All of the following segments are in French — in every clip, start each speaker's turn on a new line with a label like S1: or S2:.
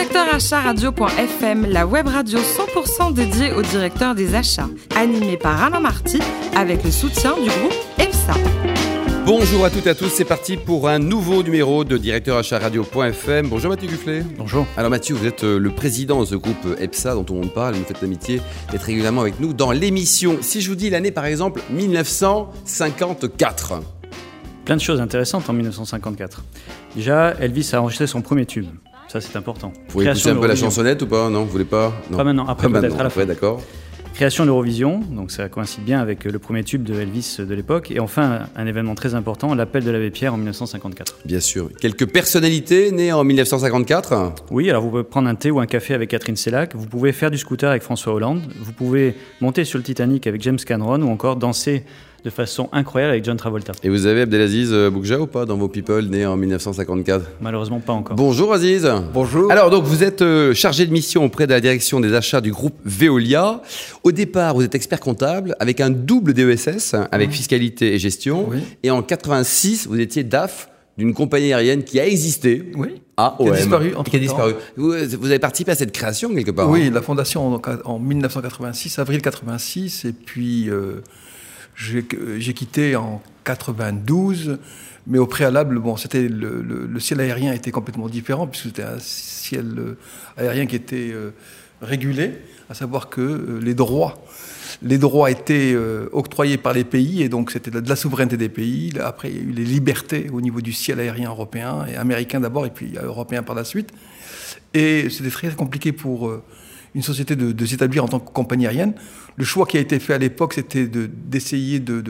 S1: Directeur Achat Radio.fm, la web radio 100% dédiée aux directeurs des achats, animée par Alain Marty, avec le soutien du groupe EPSA.
S2: Bonjour à toutes et à tous, c'est parti pour un nouveau numéro de Directeur Achat Radio.fm. Bonjour Mathieu Gufflet.
S3: Bonjour.
S2: Alors Mathieu, vous êtes le président de ce groupe EPSA dont on parle, vous faites l'amitié d'être régulièrement avec nous dans l'émission. Si je vous dis l'année par exemple 1954.
S3: Plein de choses intéressantes en 1954. Déjà, Elvis a enregistré son premier tube. Ça, c'est important.
S2: Vous pouvez pousser un peu la chansonnette ou pas? Non, vous voulez pas? Non.
S3: Pas maintenant, après peut-être à la fin.
S2: D'accord.
S3: Création de l'Eurovision, donc ça coïncide bien avec le premier tube de Elvis de l'époque. Et enfin, un événement très important, l'appel de l'abbé Pierre en 1954.
S2: Bien sûr. Quelques personnalités nées en 1954?
S3: Oui, alors vous pouvez prendre un thé ou un café avec Catherine Sellac, vous pouvez faire du scooter avec François Hollande, vous pouvez monter sur le Titanic avec James Cameron ou encore danser de façon incroyable avec John Travolta.
S2: Et vous avez Abdelaziz Boukja ou pas dans vos people nés en 1954?
S3: Malheureusement pas encore.
S2: Bonjour Aziz.
S4: Bonjour.
S2: Alors donc vous êtes chargé de mission auprès de la direction des achats du groupe Veolia. Au départ vous êtes expert comptable avec un double DESS avec fiscalité et gestion.
S4: Oui.
S2: Et en 86 vous étiez DAF d'une compagnie aérienne qui a existé.
S4: Oui.
S2: AOM.
S4: Qui a disparu entre
S2: Qui a disparu. Vous avez participé à cette création quelque part?
S4: Oui, la fondation donc, en 1986, avril 86, et puis j'ai quitté en 92, mais au préalable, bon, c'était le ciel aérien était complètement différent, puisque c'était un ciel aérien qui était régulé, à savoir que les droits étaient octroyés par les pays, et donc c'était de la souveraineté des pays. Après, il y a eu les libertés au niveau du ciel aérien européen, et américain d'abord, et puis européen par la suite. Et c'était très compliqué pour une société de s'établir en tant que compagnie aérienne. Le choix qui a été fait à l'époque, c'était d'essayer de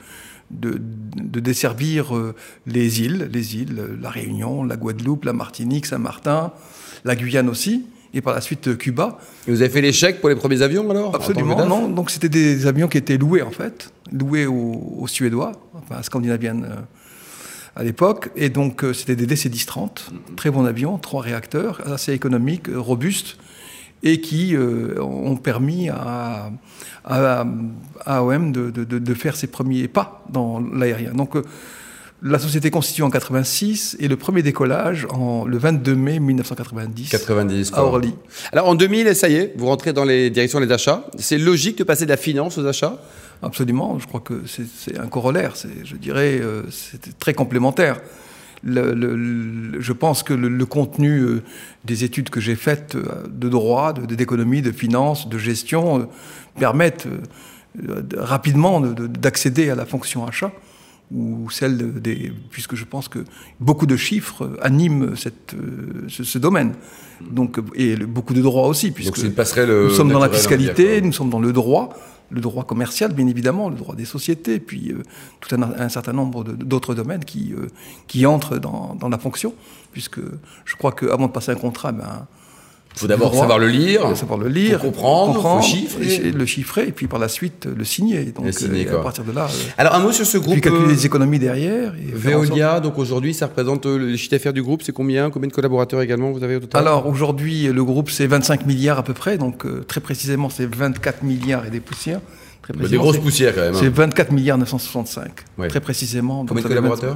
S4: desservir les îles, la Réunion, la Guadeloupe, la Martinique, Saint-Martin, la Guyane aussi, et par la suite Cuba.
S2: Et vous avez fait l'échec pour les premiers avions alors?
S4: Absolument, non. Donc c'était des avions qui étaient loués en fait, loués aux Suédois, enfin Scandinavian à l'époque, et donc c'était des DC-10-30, très bons avions, 3 réacteurs, assez économiques, robustes, et qui ont permis à AOM de faire ses premiers pas dans l'aérien. Donc la société est constituée en 86 et le premier décollage le 22 mai 1990 à Orly.
S2: Alors en 2000, ça y est, vous rentrez dans les directions des achats. C'est logique de passer de la finance aux achats?
S4: Absolument, je crois que c'est un corollaire, je dirais c'est très complémentaire. Je pense que le contenu des études que j'ai faites de droit, d'économie, de finance, de gestion permettent rapidement d'accéder à la fonction achat, ou puisque je pense que beaucoup de chiffres animent ce domaine. Donc, et beaucoup de droits aussi, puisque nous sommes dans la fiscalité, nous sommes dans le droit commercial, bien évidemment, le droit des sociétés, puis tout un certain nombre d'autres domaines qui entrent dans la fonction, puisque je crois qu'avant de passer un contrat,
S2: il faut d'abord savoir le lire,
S4: comprendre,
S2: chiffrer.
S4: le chiffrer, et puis par la suite le signer. Donc, à partir de là,
S2: alors un mot sur ce groupe.
S4: Puis calculer les économies derrière. Et
S2: Veolia, donc aujourd'hui, ça représente le chiffre d'affaires du groupe, c'est combien de collaborateurs également vous avez au total?
S4: Alors aujourd'hui, le groupe c'est 25 milliards à peu près, donc très précisément c'est 24 milliards et des poussières.
S2: Des grosses poussières quand même.
S4: C'est 24 milliards 965, très précisément.
S2: Combien de collaborateurs?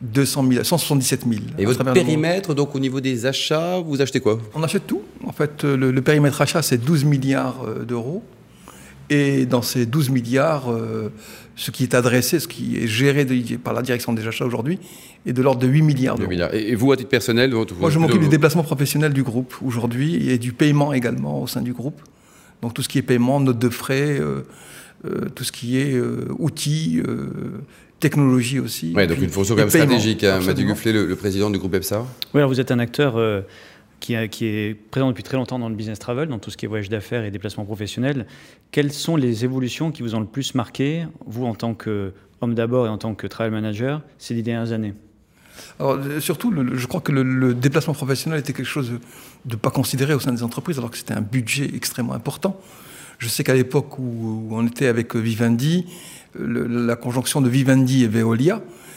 S4: 177 000.
S2: Et votre périmètre, donc au niveau des achats, vous achetez quoi?
S4: On achète tout. En fait, le périmètre achat, c'est 12 milliards d'euros. Et dans ces 12 milliards, ce qui est adressé, ce qui est géré par la direction des achats aujourd'hui, est de l'ordre de 8 milliards d'euros.
S2: Et vous, à titre personnel?
S4: Moi, je m'occupe du déplacement professionnel du groupe aujourd'hui et du paiement également au sein du groupe. Donc tout ce qui est paiement, notes de frais, tout ce qui est outils, technologie aussi.
S2: Oui, donc une fonction quand même stratégique. Mathieu Gufflet, le président du groupe EPSA.
S3: Oui, alors vous êtes un acteur qui est présent depuis très longtemps dans le business travel, dans tout ce qui est voyage d'affaires et déplacement professionnel. Quelles sont les évolutions qui vous ont le plus marqué, vous en tant qu'homme d'abord et en tant que travel manager, ces 10 dernières années?
S4: Alors, surtout, je crois que le déplacement professionnel était quelque chose de pas considéré au sein des entreprises, alors que c'était un budget extrêmement important. Je sais qu'à l'époque où on était avec Vivendi, la conjonction de Vivendi et Veolia,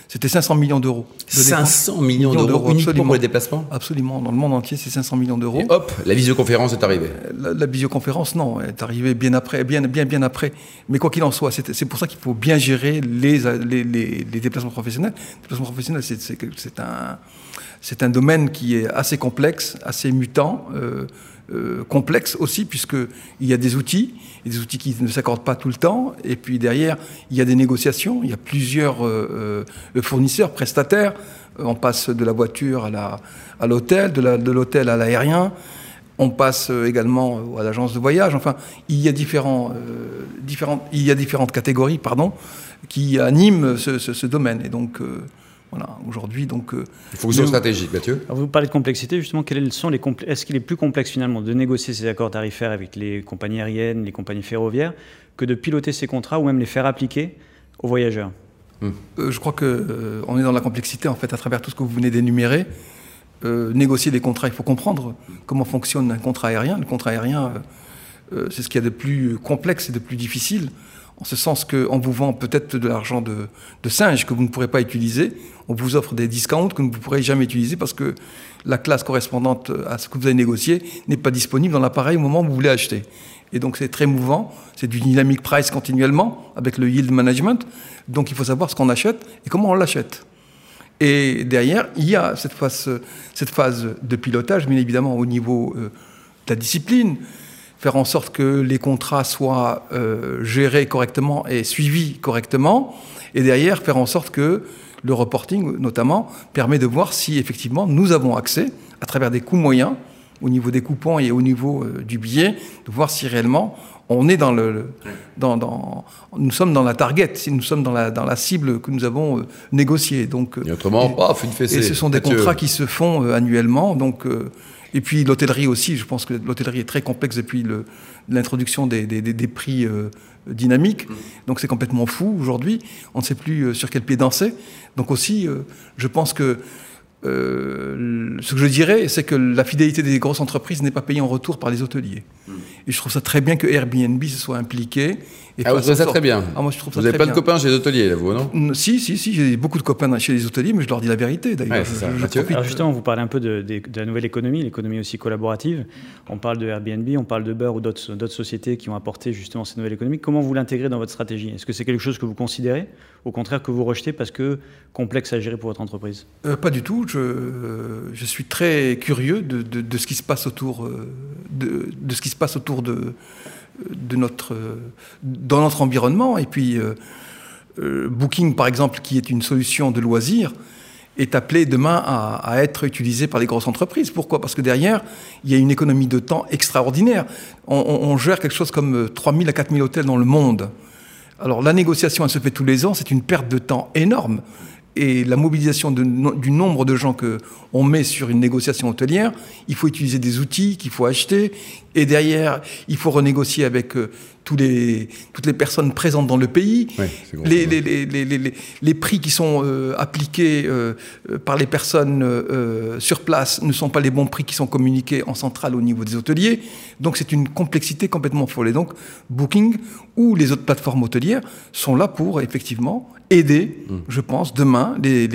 S4: C'était 500 millions d'euros.
S2: 500 millions d'euros uniquement pour les déplacements ?
S4: Absolument. Dans le monde entier, c'est 500 millions d'euros.
S2: Et hop, la visioconférence est arrivée.
S4: La visioconférence, non, elle est arrivée bien après, bien après. Mais quoi qu'il en soit, c'est pour ça qu'il faut bien gérer les déplacements professionnels. Les déplacements professionnels, c'est un domaine qui est assez complexe, assez mutant, complexe aussi, puisqu'il y a des outils qui ne s'accordent pas tout le temps, et puis derrière, il y a des négociations, il y a plusieurs fournisseurs, prestataires, on passe de la voiture à l'hôtel, de l'hôtel à l'aérien, on passe également à l'agence de voyage, enfin, il y a différentes catégories, qui animent ce domaine, et donc... Voilà, aujourd'hui, donc...
S2: Il faut que ce soit stratégique, Mathieu.
S3: Alors vous parlez de complexité, justement, est-ce qu'il est plus complexe, finalement, de négocier ces accords tarifaires avec les compagnies aériennes, les compagnies ferroviaires, que de piloter ces contrats ou même les faire appliquer aux voyageurs ?
S4: Je crois qu'on est dans la complexité, en fait, à travers tout ce que vous venez d'énumérer. Négocier des contrats, il faut comprendre comment fonctionne un contrat aérien. Le contrat aérien, c'est ce qu'il y a de plus complexe et de plus difficile. En ce sens qu'on vous vend peut-être de l'argent de singe que vous ne pourrez pas utiliser. On vous offre des discounts que vous ne pourrez jamais utiliser parce que la classe correspondante à ce que vous avez négocié n'est pas disponible dans l'appareil au moment où vous voulez acheter. Et donc c'est très mouvant, c'est du dynamic price continuellement avec le yield management. Donc il faut savoir ce qu'on achète et comment on l'achète. Et derrière, il y a cette phase de pilotage, bien évidemment au niveau de la discipline, faire en sorte que les contrats soient gérés correctement et suivis correctement, et derrière faire en sorte que le reporting, notamment, permet de voir si effectivement nous avons accès, à travers des coûts moyens, au niveau des coupons et au niveau du billet, de voir si réellement on est nous sommes dans la target, si nous sommes dans la cible que nous avons négociée. Donc,
S2: et autrement, paf, une fessée.
S4: Et ce sont des contrats qui se font annuellement, donc... Et puis l'hôtellerie aussi, je pense que l'hôtellerie est très complexe depuis l'introduction des prix dynamiques. Donc c'est complètement fou aujourd'hui. On ne sait plus sur quel pied danser. Donc aussi, je pense que ce que je dirais, c'est que la fidélité des grosses entreprises n'est pas payée en retour par les hôteliers. Et je trouve ça très bien que Airbnb se soit impliqué.
S2: Vous trouvez ça très bien.
S4: Moi, je trouve ça
S2: vous avez
S4: très
S2: plein de copains chez les hôteliers, là, vous, non ?
S4: Si, j'ai beaucoup de copains chez les hôteliers, mais je leur dis la vérité, d'ailleurs.
S2: Ouais,
S3: Alors justement, vous parlez un peu de la nouvelle économie, l'économie aussi collaborative. On parle de Airbnb, on parle d'Uber ou d'autres sociétés qui ont apporté justement cette nouvelle économie. Comment vous l'intégrez dans votre stratégie ? Est-ce que c'est quelque chose que vous considérez, au contraire que vous rejetez parce que complexe à gérer pour votre entreprise ?
S4: Pas du tout. Je suis très curieux de ce qui se passe autour dans notre environnement. Et puis, Booking, par exemple, qui est une solution de loisirs, est appelé demain à être utilisé par les grosses entreprises. Pourquoi ? Parce que derrière, il y a une économie de temps extraordinaire. On gère quelque chose comme 3000 à 4000 hôtels dans le monde. Alors, la négociation, elle se fait tous les ans. C'est une perte de temps énorme. Et la mobilisation du nombre de gens qu'on met sur une négociation hôtelière, il faut utiliser des outils qu'il faut acheter. Et derrière, il faut renégocier avec toutes les personnes présentes dans le pays. Ouais, les prix qui sont appliqués par les personnes sur place ne sont pas les bons prix qui sont communiqués en centrale au niveau des hôteliers. Donc c'est une complexité complètement folle. Et donc Booking ou les autres plateformes hôtelières sont là pour effectivement aider, je pense, demain,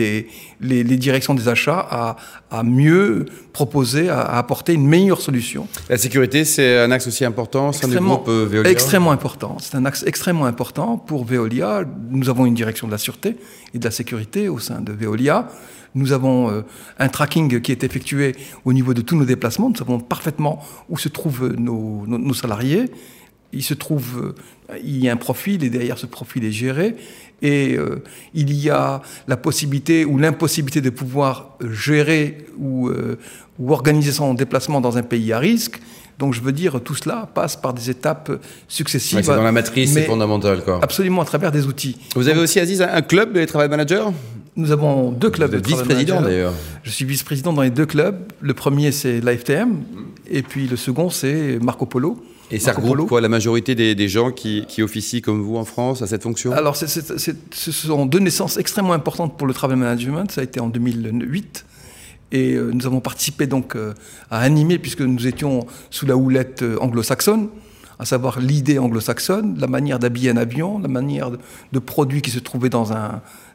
S4: les directions des achats à mieux proposer, à apporter une meilleure solution.
S2: La sécurité, c'est un axe aussi important au sein du groupe Veolia ?
S4: Extrêmement important. C'est un axe extrêmement important pour Veolia. Nous avons une direction de la sûreté et de la sécurité au sein de Veolia. Nous avons un tracking qui est effectué au niveau de tous nos déplacements. Nous savons parfaitement où se trouvent nos salariés. Il y a un profil et derrière ce profil est géré. Et il y a la possibilité ou l'impossibilité de pouvoir gérer ou organiser son déplacement dans un pays à risque. Donc je veux dire, tout cela passe par des étapes successives.
S2: Ouais, c'est dans la matrice, c'est fondamental, quoi.
S4: Absolument, à travers des outils.
S2: Vous avez aussi, Aziz, un club de Travel Manager ?
S4: Nous avons 2 clubs de Travel Manager.
S2: Vice-président, d'ailleurs.
S4: Je suis vice-président dans les 2 clubs. Le premier, c'est l'AFTM, et puis le second, c'est Marco Polo.
S2: Et ça regroupe quoi, la majorité des gens qui officient comme vous en France à cette fonction ?
S4: Alors, ce sont 2 naissances extrêmement importantes pour le travel management. Ça a été en 2008. Et nous avons participé donc à animer, puisque nous étions sous la houlette anglo-saxonne, à savoir l'idée anglo-saxonne, la manière d'habiller un avion, la manière de produits qui se trouvaient dans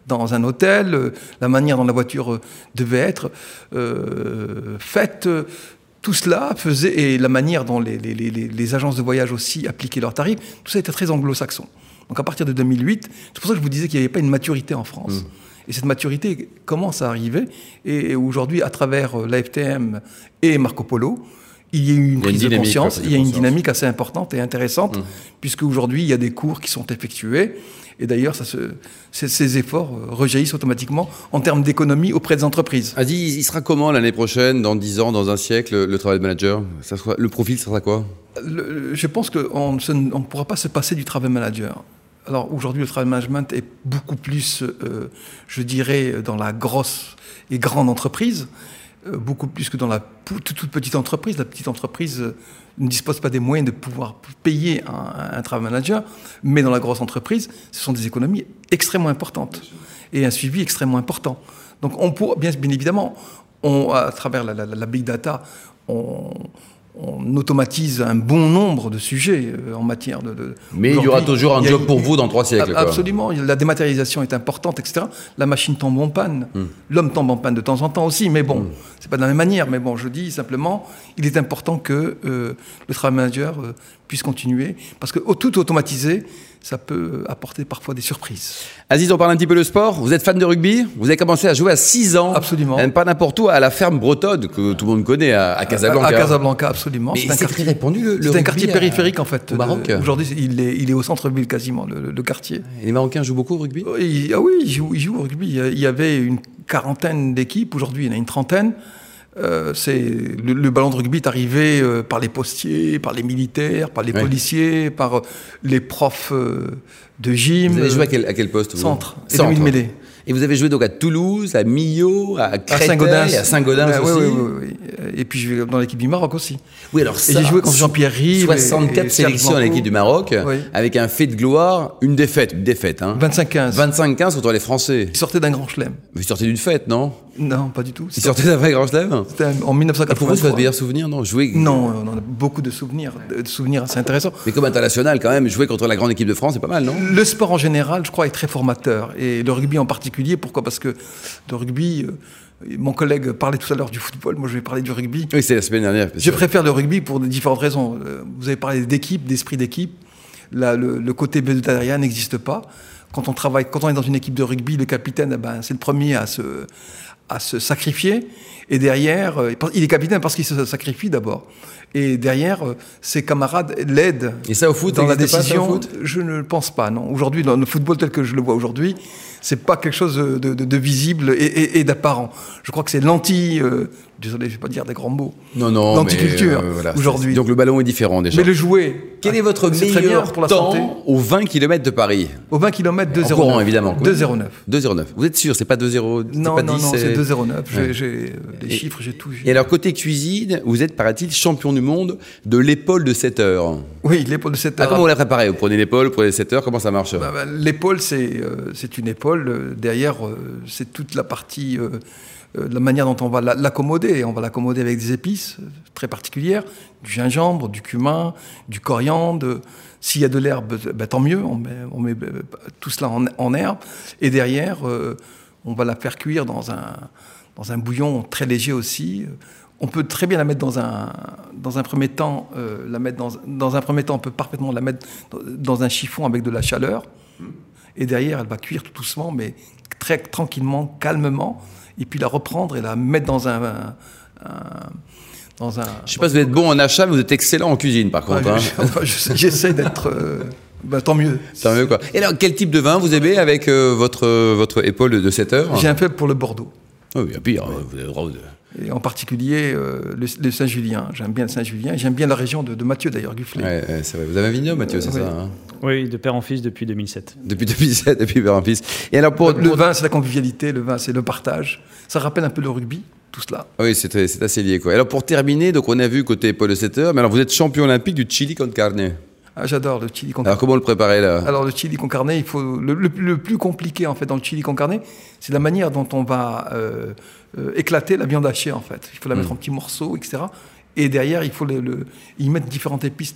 S4: dans un hôtel, la manière dont la voiture devait être faite. Tout cela faisait, et la manière dont les agences de voyage aussi appliquaient leurs tarifs, tout ça était très anglo-saxon. Donc à partir de 2008, c'est pour ça que je vous disais qu'il n'y avait pas une maturité en France. Et cette maturité commence à arriver. Et aujourd'hui, à travers l'AFTM et Marco Polo, il y a eu une prise de conscience, il y a une dynamique assez importante et intéressante, puisque aujourd'hui, il y a des cours qui sont effectués. Et d'ailleurs, ces efforts rejaillissent automatiquement en termes d'économie auprès des entreprises.
S2: Adi, il sera comment l'année prochaine, dans 10 ans, dans un siècle, le travel manager ? Le profil, ça sera quoi ?
S4: Je pense qu'on ne pourra pas se passer du travel manager. Alors aujourd'hui, le travel management est beaucoup plus, je dirais, dans la grosse et grande entreprise, beaucoup plus que dans la toute petite entreprise. La petite entreprise ne dispose pas des moyens de pouvoir payer un travel manager, mais dans la grosse entreprise, ce sont des économies extrêmement importantes et un suivi extrêmement important. Donc on pourra, bien évidemment, à travers la big data, on automatise un bon nombre de sujets en matière de
S2: mais il y aura toujours un job pour vous dans 3 siècles.
S4: Absolument. Quoi. La dématérialisation est importante, etc. La machine tombe en panne. L'homme tombe en panne de temps en temps aussi. Mais bon, c'est pas de la même manière. Mais bon, je dis simplement, il est important que le travel manager puisse continuer. Parce que tout automatisé, ça peut apporter parfois des surprises.
S2: Aziz, on parle un petit peu de sport. Vous êtes fan de rugby ? Vous avez commencé à jouer à 6 ans.
S4: Absolument.
S2: Pas n'importe où, à la ferme bretonne, que tout le monde connaît, à Casablanca.
S4: À Casablanca, absolument.
S2: Mais c'est très répandu, le rugby.
S4: C'est un quartier périphérique, en fait.
S2: Au Maroc.
S4: Aujourd'hui, il est au centre-ville quasiment, le quartier.
S2: Et les Marocains jouent beaucoup au rugby ?
S4: Oui, ils jouent au rugby. Il y avait une 40aine d'équipes. Aujourd'hui, il y en a une 30aine. Le ballon de rugby est arrivé par les postiers, par les militaires, par les policiers, par les profs de gym.
S2: Vous avez joué à quel poste vous ?
S4: Centre. Et demi-mêlée.
S2: Et vous avez joué donc à Toulouse, à Millau, à Créteil, à Saint-Gaudens aussi.
S4: Oui. Et puis je vais dans l'équipe du Maroc aussi.
S2: Oui, alors ça.
S4: Et j'ai joué contre Jean-Pierre Rive.
S2: 64 sélections à l'équipe du Maroc, avec un fait de gloire, une défaite, hein.
S4: 25-15.
S2: 25-15 contre les Français.
S4: Ils sortaient d'un grand chelem.
S2: Vous sortez d'une fête, non ?
S4: Non, pas du tout.
S2: Ils sortaient d'un vrai grand chelem ?
S4: C'était en 1983.
S2: Et pour vous, c'est votre meilleur souvenir, non ?
S4: Non, on a beaucoup de souvenirs assez intéressants.
S2: Mais comme international, quand même, jouer contre la grande équipe de France, c'est pas mal, non ?
S4: Le sport en général, je crois, est très formateur. Et le rugby en particulier, pourquoi ? Parce que le rugby, mon collègue parlait tout à l'heure du football, moi je vais parler du rugby.
S2: Oui, c'est la semaine dernière.
S4: Je préfère le rugby pour différentes raisons. Vous avez parlé d'équipe, d'esprit d'équipe. Là, le côté végétarien n'existe pas. Quand on est dans une équipe de rugby, le capitaine, c'est le premier à se sacrifier. Et derrière, il est capitaine parce qu'il se sacrifie d'abord. Et derrière, ses camarades l'aident.
S2: Et ça au foot,
S4: dans la décision,
S2: pas, ça, au foot ?
S4: Je ne le pense pas, non. Aujourd'hui, dans le football tel que je le vois aujourd'hui, c'est pas quelque chose de visible et d'apparent. Je crois que c'est désolé, je vais pas dire des grands mots.
S2: Non,
S4: l'anticulture aujourd'hui.
S2: Donc le ballon est différent déjà.
S4: Mais le jouer.
S2: Quel est votre meilleur temps aux 20 km de Paris ?
S4: Aux 20 km, 2,09.
S2: En courant, évidemment.
S4: 2,09.
S2: 2,09. Vous êtes sûr, c'est pas 2,0 ?
S4: Non,
S2: pas 10,
S4: c'est 2,09. J'ai les chiffres, j'ai tout.
S2: Et alors, côté cuisine, vous êtes, paraît-il, champion du monde de l'épaule de 7 heures.
S4: Oui, l'épaule de 7 heures.
S2: Comment vous la préparez ? Vous prenez l'épaule, vous prenez 7 heures, comment ça marche ?
S4: L'épaule, c'est une épaule. Derrière, c'est toute la partie... la manière dont on va l'accommoder. On va l'accommoder avec des épices très particulières, du gingembre, du cumin, du coriandre. S'il y a de l'herbe, tant mieux, on met tout cela en herbe. Et derrière, on va la faire cuire dans un bouillon très léger aussi. On peut très bien la mettre dans un premier temps, on peut parfaitement la mettre dans un chiffon avec de la chaleur. Et derrière, elle va cuire tout doucement, mais très tranquillement, calmement. Et puis la reprendre et la mettre dans un...
S2: Je ne sais pas si vous êtes bon en achat, mais vous êtes excellent en cuisine, par contre.
S4: J'essaie d'être... tant mieux.
S2: Tant mieux, quoi. Et alors, quel type de vin vous aimez avec votre épaule de 7 heures ?
S4: J'ai un faible pour le Bordeaux.
S2: Oh, il y a pire, vous avez le droit de...
S4: Et en particulier le Saint-Julien. J'aime bien le Saint-Julien. J'aime bien la région de Mathieu, d'ailleurs, Gufflet.
S2: Ouais, c'est vrai. Vous avez un vignoble, Mathieu, c'est ça, hein ?
S3: Oui, de père en fils depuis 2007.
S2: Depuis père en fils. Et alors
S4: le vin, c'est la convivialité. Le vin, c'est le partage. Ça rappelle un peu le rugby, tout cela.
S2: Oui, c'est assez lié, quoi. Alors, pour terminer, donc on a vu côté épaule de 7 heures, mais alors vous êtes champion olympique du chili con carne.
S4: Ah, j'adore le chili con carne.
S2: Alors, comment le préparer, là ?
S4: Alors, le chili con carne, il faut... Le plus compliqué, en fait, dans le chili con carne, c'est la manière dont on va éclater la viande hachée, en fait. Il faut la mettre en petits morceaux, etc. Et derrière, il faut y mettre différentes épices,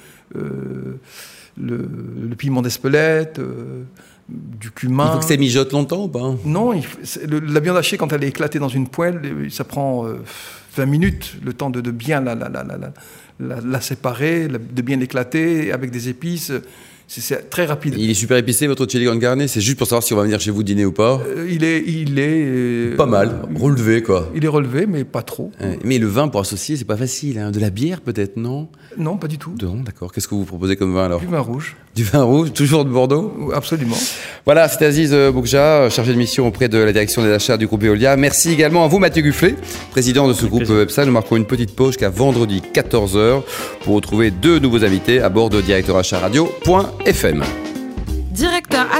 S4: le piment d'Espelette, du cumin.
S2: Il faut que ça mijote longtemps ou pas?
S4: Non, la viande hachée, quand elle est éclatée dans une poêle, ça prend 20 minutes, le temps de bien la séparer, de bien l'éclater avec des épices. C'est très rapide.
S2: Il est super épicé, votre chili con carne? C'est juste pour savoir si on va venir chez vous dîner ou pas?
S4: Il est
S2: pas mal, relevé quoi.
S4: Il est relevé, mais pas trop.
S2: Mais le vin pour associer, c'est pas facile. Hein. De la bière peut-être, non?
S4: Non, pas du tout.
S2: Non, d'accord. Qu'est-ce que vous proposez comme vin alors?
S4: Du vin rouge.
S2: Du vin rouge, toujours de Bordeaux?
S4: Absolument.
S2: Voilà, c'est Aziz Boukja, chargé de mission auprès de la direction des achats du groupe Veolia. Merci également à vous, Mathieu Gufflet, président de ce groupe Websa. Nous marquons une petite pause jusqu'à vendredi 14h pour retrouver 2 nouveaux invités à bord de directeuracharradio.fm.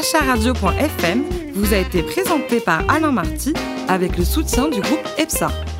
S1: Directeuracharradio.fm vous a été présenté par Alain Marty avec le soutien du groupe EPSA.